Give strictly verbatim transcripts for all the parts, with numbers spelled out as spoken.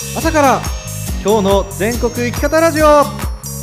朝から今日の全国生き方ラジオ。は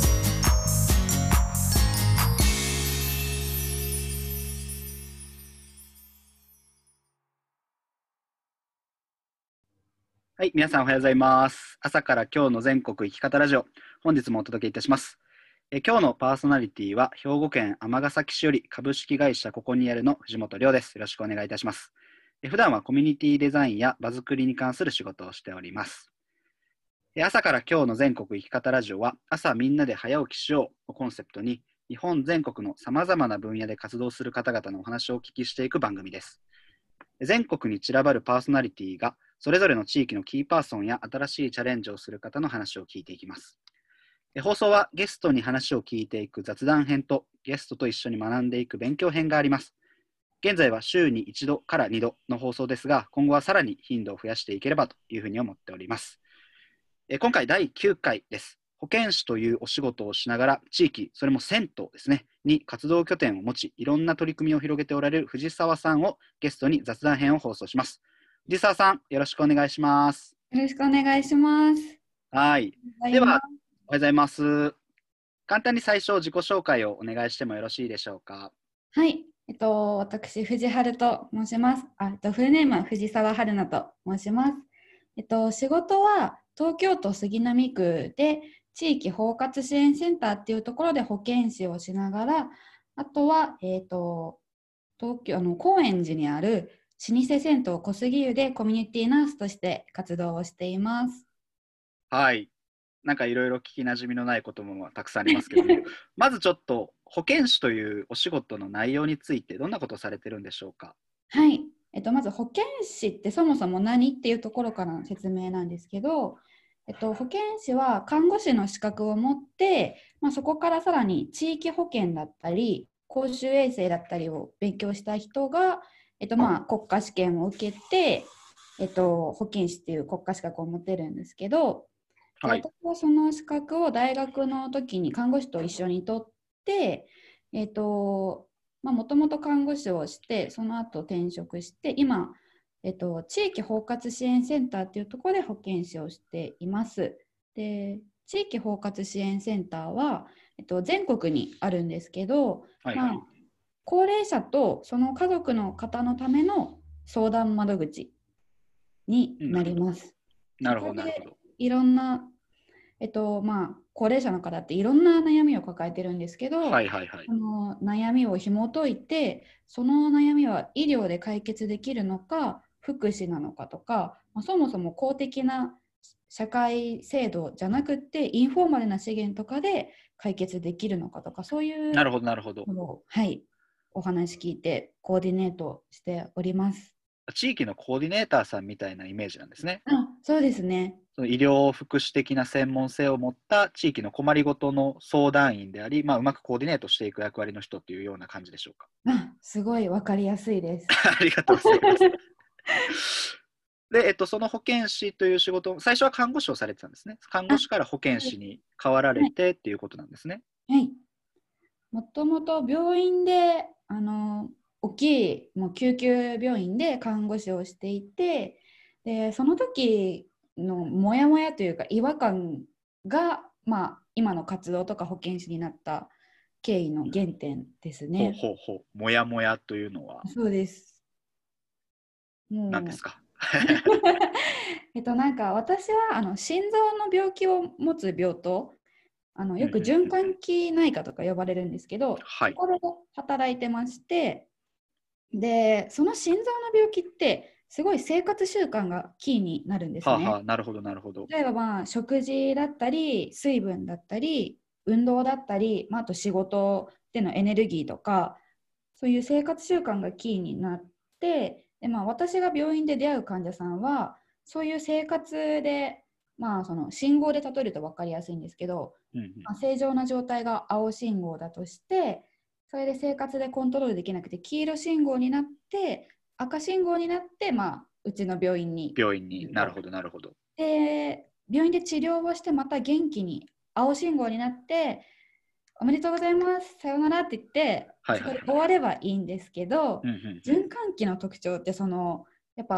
い、皆さんおはようございます。朝から今日の全国生き方ラジオ、本日もお届けいたします。え今日のパーソナリティは兵庫県尼崎市より株式会社ここにあるの藤本亮です。よろしくお願いいたします。え普段はコミュニティデザインや場作りに関する仕事をしております。え朝から今日の全国生き方ラジオは、朝みんなで早起きしようをコンセプトに、日本全国のさまざまな分野で活動する方々のお話をお聞きしていく番組です。全国に散らばるパーソナリティがそれぞれの地域のキーパーソンや新しいチャレンジをする方の話を聞いていきます。放送はゲストに話を聞いていく雑談編とゲストと一緒に学んでいく勉強編があります。現在は週にいちどからにどの放送ですが、今後はさらに頻度を増やしていければというふうに思っております。今回だいきゅうかいです。保健師というお仕事をしながら地域、それも銭湯ですね、に活動拠点を持ち、いろんな取り組みを広げておられる藤沢さんをゲストに雑談編を放送します。藤沢さん、よろしくお願いします。 よろしくお願いします。 はい。では、おはようございます。簡単に最初自己紹介をお願いしてもよろしいでしょうか。 はい。えっと、私、藤春と申します。あ、えっと、フルネームは藤沢春菜と申します。えっと、仕事は東京都杉並区で地域包括支援センターっていうところで保健師をしながら、あとは、えっと、東京あの高円寺にある老舗銭湯小杉湯でコミュニティナースとして活動をしています。 はい。なんかいろいろ聞きなじみのないこともたくさんありますけどもまずちょっと保健師というお仕事の内容についてどんなことをされてるんでしょうか。 はい。えっと、まず保健師ってそもそも何っていうところからの説明なんですけど、えっと、保健師は看護師の資格を持って、まあ、そこからさらに地域保健だったり公衆衛生だったりを勉強した人が、えっとまあ、国家試験を受けて、えっと、保健師っていう国家資格を持ってるんですけど、で、はい、私はその資格を大学の時に看護師と一緒に取って、えっともともと看護師をしてその後転職して今、えっと、地域包括支援センターっていうところで保健師をしています。で、地域包括支援センターは、えっと、全国にあるんですけど、はいはい、まあ、高齢者とその家族の方のための相談窓口になります。 うん、なるほどなるほど。 いろんな、えっとまあ、高齢者の方っていろんな悩みを抱えてるんですけど、 はいはいはい、 その悩みを紐解いて、その悩みは医療で解決できるのか福祉なのかとか、まあ、そもそも公的な社会制度じゃなくてインフォーマルな資源とかで解決できるのかとか、そういうなるほどなるほど、 はい、お話聞いてコーディネートしております。 地域のコーディネーターさんみたいなイメージなんですね。 あ、そうですね。 その医療福祉的な専門性を持った地域の困りごとの相談員であり、まあ、うまくコーディネートしていく役割の人っていうような感じでしょうか。 あ、すごい分かりやすいです。 ありがとうございます。で、えっと、その保健師という仕事、最初は看護師をされてたんですね。看護師から保健師に変わられてっていうことなんですね。 はい。もともと病院で、あの、大きいもう救急病院で看護師をしていて、で、その時のモヤモヤというか違和感が、まあ、今の活動とか保健師になった経緯の原点ですね。 ほうほうほう。モヤモヤというのは。 そうです。もう何ですか。 えっとなんか私はあの心臓の病気を持つ病棟、あのよく循環器内科とか呼ばれるんですけど、 はい、 そこで働いてまして、でその心臓の病気ってすごい生活習慣がキーになるんですね。 はあはあ、なるほどなるほど。 例えば、まあ、食事だったり水分だったり運動だったり、まあ、あと仕事でのエネルギーとか、そういう生活習慣がキーになって、で、まあ、私が病院で出会う患者さんはそういう生活で、まあ、その信号で例えると分かりやすいんですけど、うんうんまあ、正常な状態が青信号だとして、それで生活でコントロールできなくて黄色信号になって赤信号になって、まあ、うちの病院に病院になるほどなるほど。 で病院で治療をしてまた元気に青信号になっておめでとうございますさようならって言って、はいはいはい、そこで終わればいいんですけど、うんうんうん、循環器の特徴ってそのやっぱ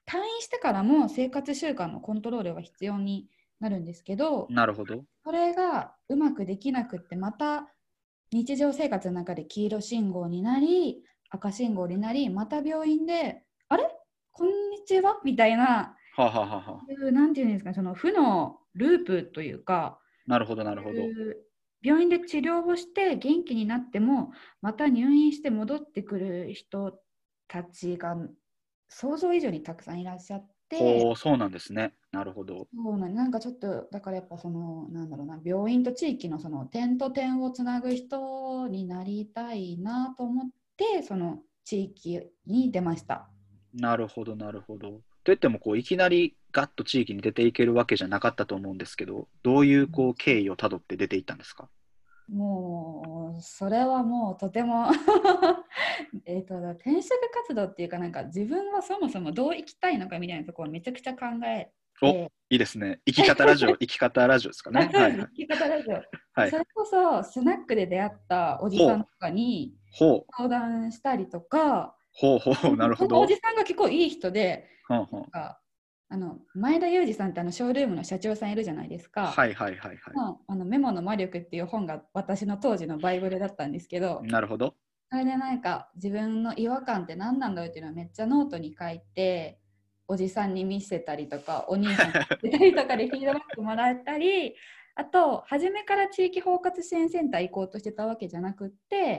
退院してからも生活習慣のコントロールは必要になるんですけど、 なるほど。 それがうまくできなくってまた日常生活の中で黄色信号になり赤信号になり、また病院であれこんにちはみたいな、 はあ、はあはあはあ、 いうなんていうんですか、その負のループというか、 なるほどなるほど。 病院で治療をして元気になってもまた入院して戻ってくる人たちが想像以上にたくさんいらっしゃって、 ほう、そうなんですね。なるほど。 そうなんなんかちょっとだからやっぱそのなんだろうな、病院と地域のその点と点をつなぐ人になりたいなと思って、その地域に出ました。 なるほどなるほど。といってもこういきなりガッと地域に出ていけるわけじゃなかったと思うんですけど、どういうこう経緯をたどって出ていったんですか？ もうそれはもうとてもえっと転職活動っていうか、なんか自分はそもそもどう生きたいのかみたいなところをめちゃくちゃ考えお、 て、 いいですね。生き方ラジオ、生き方ラジオですかね。 あ、そうです、 はいはい。 生き方ラジオ。 はい。 それこそスナックで出会ったおじほう、 さんとかにほう、 相談したりとか、 ほうほう、なるほど。 そのおじさんが結構いい人で、 はんはん、 なんかあの前田裕二さんってあのショールームの社長さんいるじゃないですか。 はいはいはいはい。 まあ、あのメモの魔力っていう本が私の当時のバイブルだったんですけど、 なるほど。 それでなんか自分の違和感って何なんだろうっていうのをめっちゃノートに書いて、おじさんに見せたりとかお兄さんに見せたりとかでフィードバックもらったり、あと初めから地域包括支援センター行こうとしてたわけじゃなくって、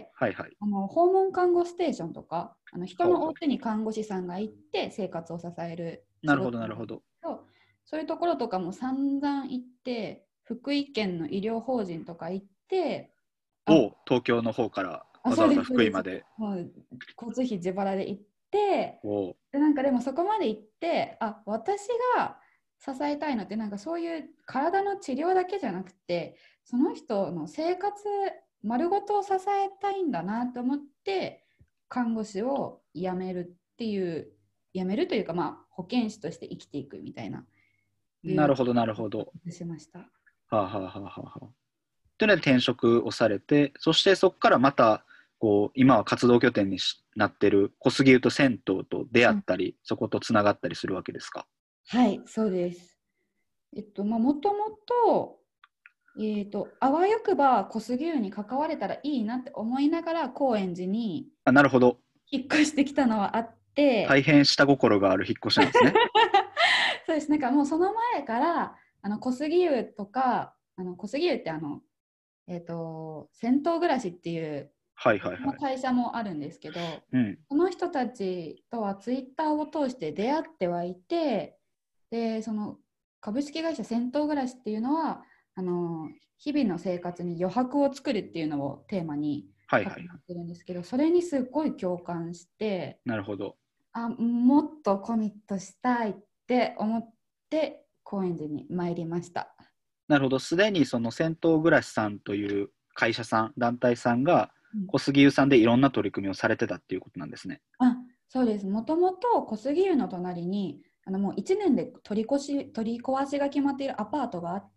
はいはい。 あの訪問看護ステーションとか、あの人ほうほう、 のお家に看護師さんが行って生活を支える仕なるほ事なんですどなるほど。 けど、そういうところとかも散々行って、福井県の医療法人とか行って、あ、 を東京の方からあ、 わざわざそうです、そうです。 福井まで。 もう交通費自腹で行って、 おう、 でなんかでもそこまで行って、あ、私が支えたいのってなんかそういう体の治療だけじゃなくて、その人の生活丸ごとを支えたいんだなと思って、看護師を辞めるっていう、辞めるというか、まあ、保健師として生きていくみたいな、いうなるほどなるほど。 しました。 はあ、はあはあはあはあ。というので転職をされて、そしてそこからまたこう今は活動拠点になっている小杉湯と銭湯と出会ったり、うん、そことつながったりするわけですか？ はい、そうです。えっとまあもともとえっとあわよくば小杉湯に関われたらいいなって思いながら高円寺にあ、なるほど、 引っ越してきたのはあって、 大変下心がある引っ越しなんですね。 そうです。なんかもうその前からあの小杉湯とか、あの小杉湯ってあのえっと銭湯暮らしっていうはいはいはい。 会社もあるんですけど、 うん、 その人たちとはツイッターを通して出会ってはいて、でその株式会社銭湯暮らしっていうのはあの日々の生活に余白を作るっていうのをテーマにはいはいはい。 ってるんですけど、それにすっごい共感して、 なるほど。 あ、もっとコミットしたいって思って高円寺に参りました。 なるほど。すでにその銭湯暮らしさんという会社さん、団体さんが小杉湯さんでいろんな取り組みをされてたっていうことなんですね。 あ、そうです。もともと小杉湯の隣にあのもういちねんで取り越し取り壊しが決まっているアパートがあって、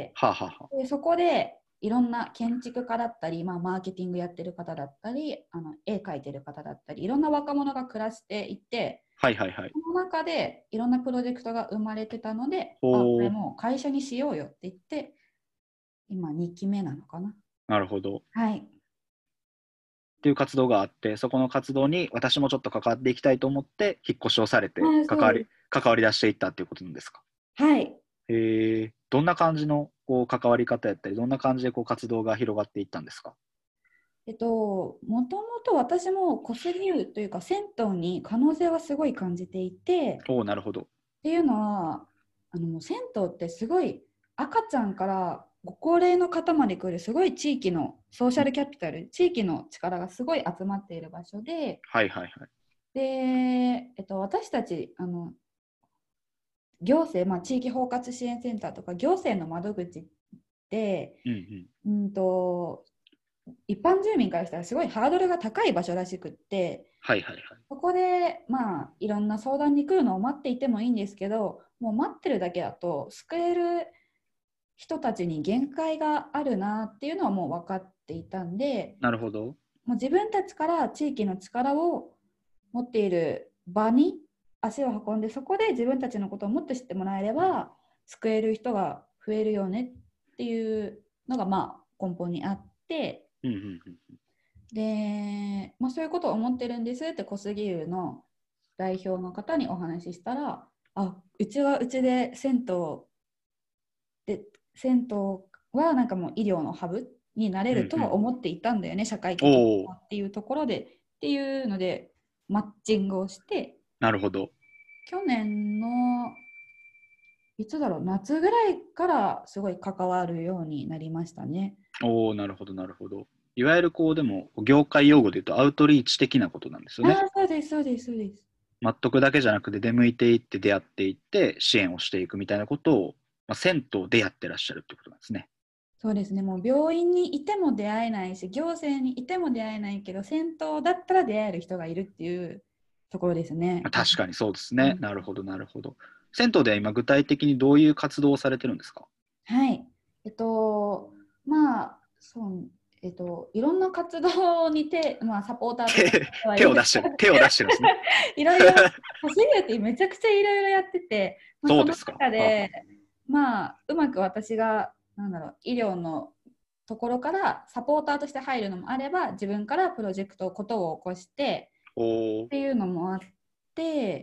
はあ、はあはあ、 でそこでいろんな建築家だったり、まあ、マーケティングやってる方だったり、あの絵描いてる方だったり、いろんな若者が暮らしていて、 はいはいはい。 その中でいろんなプロジェクトが生まれてたので、あ、これもう会社にしようよって言って、今にきめなのかな。 なるほど。 はい。 っていう活動があって、そこの活動に私もちょっと関わっていきたいと思って引っ越しをされて関わり、関わり出していったっていうことなんですか？ はい。 へえ、どんな感じのこう関わり方やったり、どんな感じでこう活動が広がっていったんですか？ えっと、もともと私も小杉湯というか銭湯に可能性はすごい感じていて、 おお、なるほど。 っていうのはあのもう銭湯ってすごい赤ちゃんからご高齢の方まで来るすごい地域のソーシャルキャピタル、地域の力がすごい集まっている場所で、 はいはいはい。 で、えっと、私たちあの行政、まあ、地域包括支援センターとか行政の窓口って、 うんうん、 うんと一般住民からしたらすごいハードルが高い場所らしくって、 はいはいはい。 そこでまあいろんな相談に来るのを待っていてもいいんですけど、もう待ってるだけだと救える人たちに限界があるなっていうのはもう分かっていたんで、 なるほど。 もう自分たちから地域の力を持っている場に足を運んで、そこで自分たちのことをもっと知ってもらえれば救える人が増えるよねっていうのがまあ根本にあって、 うんうんうんで、まあ、そういうことを思ってるんですって小杉湯の代表の方にお話ししたら、あ、うちはうちで銭湯で銭湯はなんかもう医療のハブになれるとは思っていたんだよね、うんうん、社会的にっていうところでっていうのでマッチングをして、 なるほど。 去年のいつだろう、夏ぐらいからすごい関わるようになりましたね。 おお、なるほどなるほど。いわゆるこうでも業界用語で言うとアウトリーチ的なことなんですよね。 あ、そうですそうですそうです。 待っとくだけじゃなくて出向いていって出会っていって支援をしていくみたいなことを、まあ、銭湯でやってらっしゃるってことなんですね。 そうですね、もう病院にいても出会えないし、行政にいても出会えないけど、銭湯だったら出会える人がいるっていうところですね。 まあ、確かにそうですね、 うん、 なるほどなるほど。銭湯では今具体的にどういう活動をされてるんですか？ はい、えっとまあそうえっといろんな活動に手、まあ、サポーターとか手を出してる手を出してるんですね。 いろいろ小杉湯ってめちゃくちゃいろいろやってて、まあ、 そうですか。 その中で、まあ、うまく私がなんだろう、医療のところからサポーターとして入るのもあれば、自分からプロジェクトことを起こしてっていうのもあって、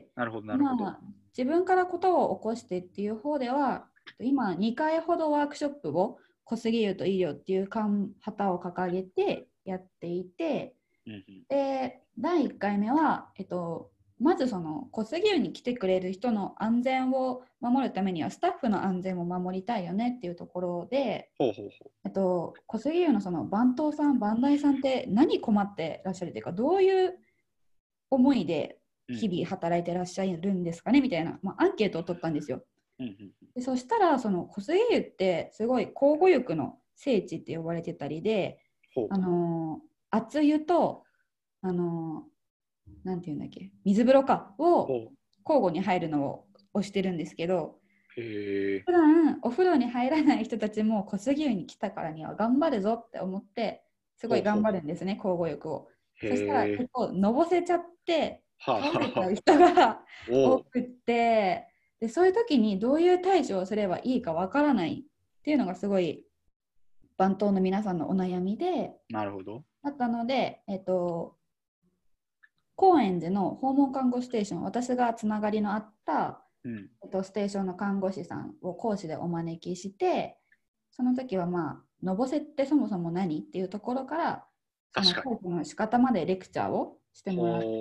なるほどなるほど、 まあ、自分からことを起こしてっていう方では今にかいほどワークショップを小杉湯と医療っていう旗を掲げてやっていて、 うんうん、 でだいいっかいめは、えっと、まずその小杉湯に来てくれる人の安全を守るためにはスタッフの安全を守りたいよねっていうところで、 ほうほうほう、 えっと、小杉湯のその番頭さん番台さんって何困ってらっしゃるというか、どういう思いで日々働いてらっしゃるんですかね、うん、みたいな、まあ、アンケートを取ったんですよ。 うんうんうん、 でそしたらその小杉湯ってすごい交互浴の聖地って呼ばれてたりで、あのー、熱湯とあのー、なんていうんだっけ、水風呂かを交互に入るのを推してるんですけど、 へ普段お風呂に入らない人たちも小杉湯に来たからには頑張るぞって思ってすごい頑張るんですね、交互浴を。そしたら結構のぼせちゃって倒れちゃう人が多くってで、そういう時にどういう対処をすればいいかわからないっていうのがすごい番頭の皆さんのお悩みで、 なるほど、 だったので、えっと、高円寺の訪問看護ステーション、私がつながりのあった、うんえっと、ステーションの看護師さんを講師でお招きして、その時はまあのぼせってそもそも何っていうところからその講師の仕方までレクチャーをしてもらって、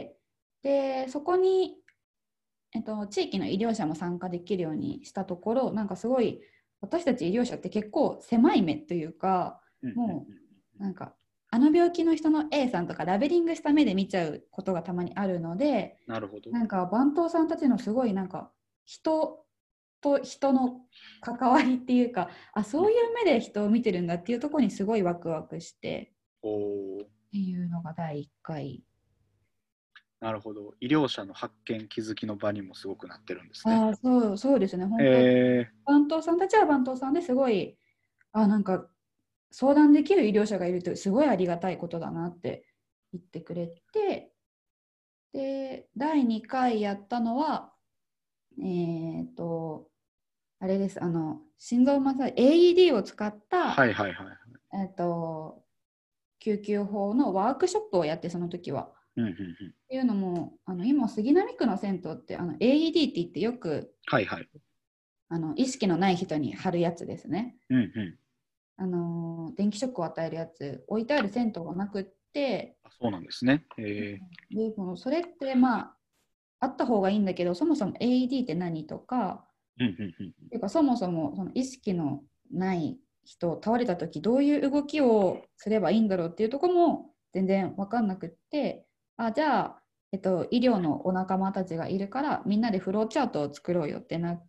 でそこに、えっと、地域の医療者も参加できるようにしたところ、なんかすごい私たち医療者って結構狭い目というか、もうなんかあの病気の人の A さんとかラベリングした目で見ちゃうことがたまにあるので、 なるほど、 なんか番頭さんたちのすごいなんか人と人の関わりっていうか、あ、そういう目で人を見てるんだっていうところにすごいワクワクしてっていうのがだいいっかい。 なるほど、医療者の発見気づきの場にもすごくなってるんですね。 あ、そう、そうですね、本当に、えー、番頭さんたちは番頭さんですごい、あ、なんか相談できる医療者がいるとすごいありがたいことだなって言ってくれて、でだいにかいやったのはえー、とあれです、あの心臓マッサージ エーイーディー を使った、 はいはいはい、 えー、と救急法のワークショップをやって、その時は、 うんうんうん、 っていうのもあの今杉並区の銭湯ってあの エーイーディー って言ってよく、 はいはい、 あの意識のない人に貼るやつですね、 うんうん、 あの電気ショックを与えるやつ置いてある銭湯がなくって、 あ、そうなんですね、えー、でもそれってまああった方がいいんだけど、そもそも エーイーディー って何とか、 うんうんうん、 っていうかそもそもその意識のない人、倒れた時どういう動きをすればいいんだろうっていうところも全然分かんなくって、あ、じゃあ、えっと、医療のお仲間たちがいるからみんなでフローチャートを作ろうよってなって、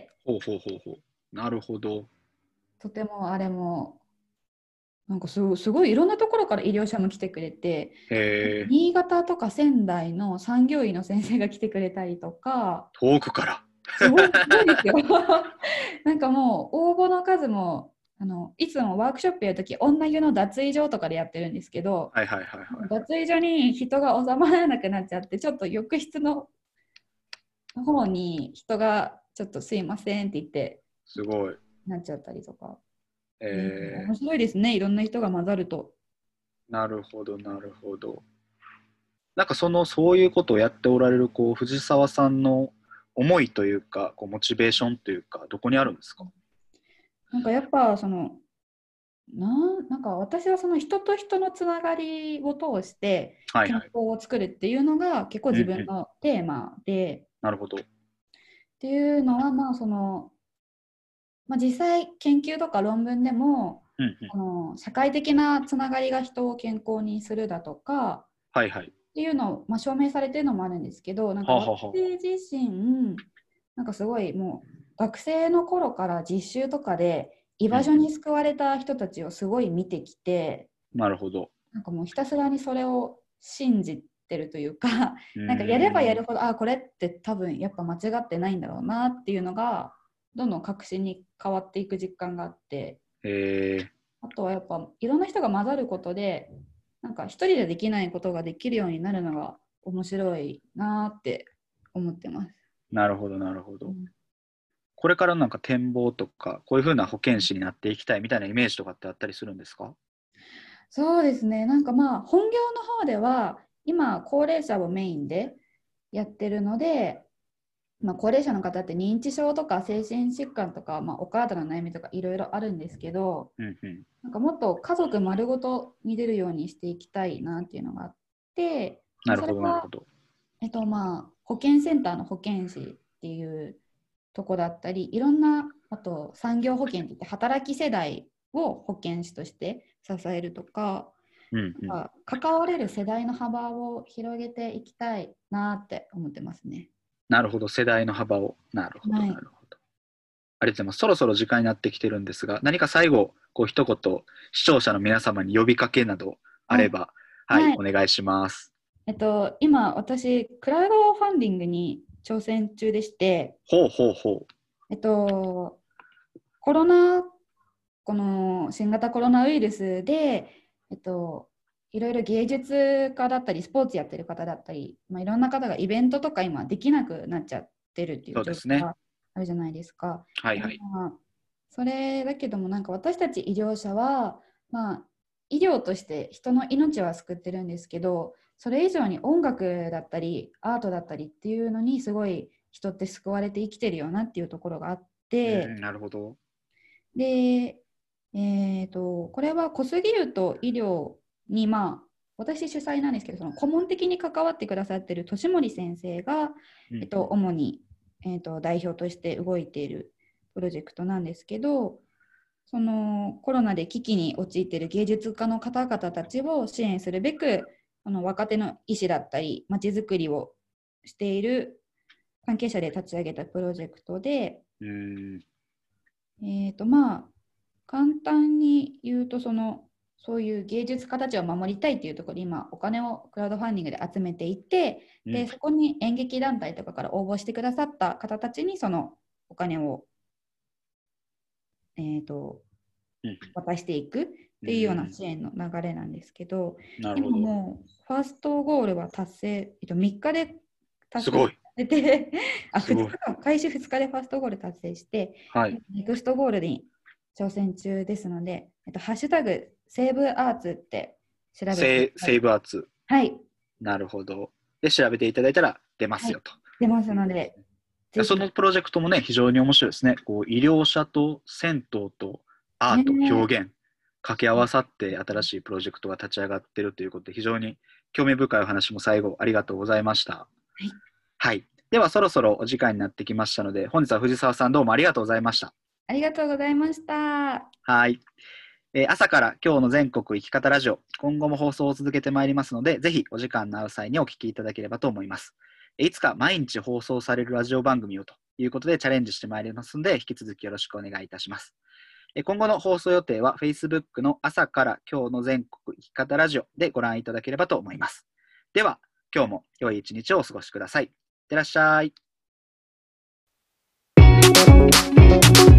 ほうほうほうほう、なるほど、 とてもあれもなんかすごい、すごいいろんなところから医療者も来てくれて、 へ、 新潟とか仙台の産業医の先生が来てくれたりとか、 遠くからすごい、すごいですよなんかもう応募の数もあのいつもワークショップやるとき女湯の脱衣所とかでやってるんですけど、 はいはいはいはい、 脱衣所に人が収まらなくなっちゃって、ちょっと浴室のの方に人がちょっとすいませんって言ってすごい。 なっちゃったりとか、 えー、 面白いですね、いろんな人が混ざると。 なるほど、なるほど。なんかその、そういうことをやっておられる、こう、藤沢さんの思いというか、こうモチベーションというか、どこにあるんですか？ なんかやっぱそのな、なんか私はその人と人のつながりを通して健康はいはい。 を作るっていうのが結構自うんうん。 分のテーマで、 なるほど。 っていうのはまあその、まあ、実際研究とか論文でもうんうん。 あの社会的なつながりが人を健康にするだとかはいはい。 っていうのを、まあ、証明されてるのもあるんですけど、なんかはあ、はあ私はあ、 自身なんかすごいもう学生の頃から実習とかで居場所うんに救われた人たちをすごい見てきて、 うん。なるほど。 なんかもうひたすらにそれを信じてるというか、 うなんかやればやーん。 るほど、あ、これって多分やっぱ間違ってないんだろうなっていうのが、どんどん確信に変わっていく実感があって、 えー、 あとはやっぱいろんな人が混ざることで、なんか一人でできないことができるようになるのが面白いなって思ってます。 なるほど、なるほど。 うん、 これからなんか展望とか、こういうふうな保健師になっていきたいみたいなイメージとかってあったりするんですか？ そうですね、なんかまあ本業の方では今高齢者をメインでやってるので、まあ、高齢者の方って認知症とか精神疾患とか、まあ、お体の悩みとかいろいろあるんですけど、 うんうん。 なんかもっと家族丸ごと見れるようにしていきたいなっていうのがあって、まあ、 なるほど、なるそれは、 ほど。 えっとまあ、保健センターの保健師っていうとこだったり、いろんな、あと産業保険って言って働き世代を保健師として支えるとか、 うんうん。 なんか関われる世代の幅を広げていきたいなって思ってますね。 なるほど、世代の幅を。なるほど、 はい。 なるほど。ありがとうございます。そろそろ時間になってきてるんですが、何か最後、こう一言、視聴者の皆様に呼びかけなどあれば、はい、 はい。 お願いします。 えっと、今、私、クラウドファンディングに挑戦中でして、 ほうほうほえっと、コロナ、この新型コロナウイルスで、えっと、いろいろ芸術家だったり、スポーツやってる方だったり、まあ、いろんな方がイベントとか今できなくなっちゃってるってう。 いうそうですね。 状況があるじゃないですか。 はいはい。 でまあ、それだけども、なんか私たち医療者は、まあ、医療として人の命は救ってるんですけど、それ以上に音楽だったりアートだったりっていうのにすごい人って救われて生きてるよなっていうところがあっうんうて、 ん、なるほど。 で、えーと、これは小杉湯と医療に、まあ、私主催なんですけど、その顧問的に関わってくださっている年森先生が、 うんうん、 えっと、主に、えーと、代表として動いているプロジェクトなんですけど、そのコロナで危機に陥っている芸術家の方々たちを支援するべく、あの若手の医師だったり、まちづくりをしている関係者で立ち上げたプロジェクトで、 うーんえーとまあ、簡単に言うとその、そういう芸術家たちを守りたいというところで今、お金をクラウドファンディングで集めていて、 うんでそこに演劇団体とかから応募してくださった方たちにそのお金を、えーとうん渡していくっていうような支援の流れなんですけど、今なるほど。 もうファーストゴールは達成、えっと、みっかで達成すごい。 されてあ、2 すごい。 日か、開始ふつかでファーストゴール達成して、 はい。 ネクストゴールに挑戦中ですので、えっと、ハッシュタグセーブアーツって調べてセーセーブアーツ。 はい、 なるほど。で、調べていただいたら出ますよと。 出ますので、ぜひそのプロジェクトもね、非常に面白いですね。こう医療者と銭湯とアート、 ね表現、掛け合わさって新しいプロジェクトが立ち上がっているということで、非常に興味深いお話も最後ありがとうございました。 はい。 はい。ではそろそろお時間になってきましたので、本日は藤沢さんどうもありがとうございました。 ありがとうございました。 はい。えー朝から今日の全国生き方ラジオ、今後も放送を続けてまいりますので、ぜひお時間の合う際にお聞きいただければと思います。いつか毎日放送されるラジオ番組をということでチャレンジしてまいりますので、引き続きよろしくお願いいたします。今後の放送予定は Facebook の朝から今日の全国生き方ラジオでご覧いただければと思います。では、今日も良い一日をお過ごしください。いってらっしゃい。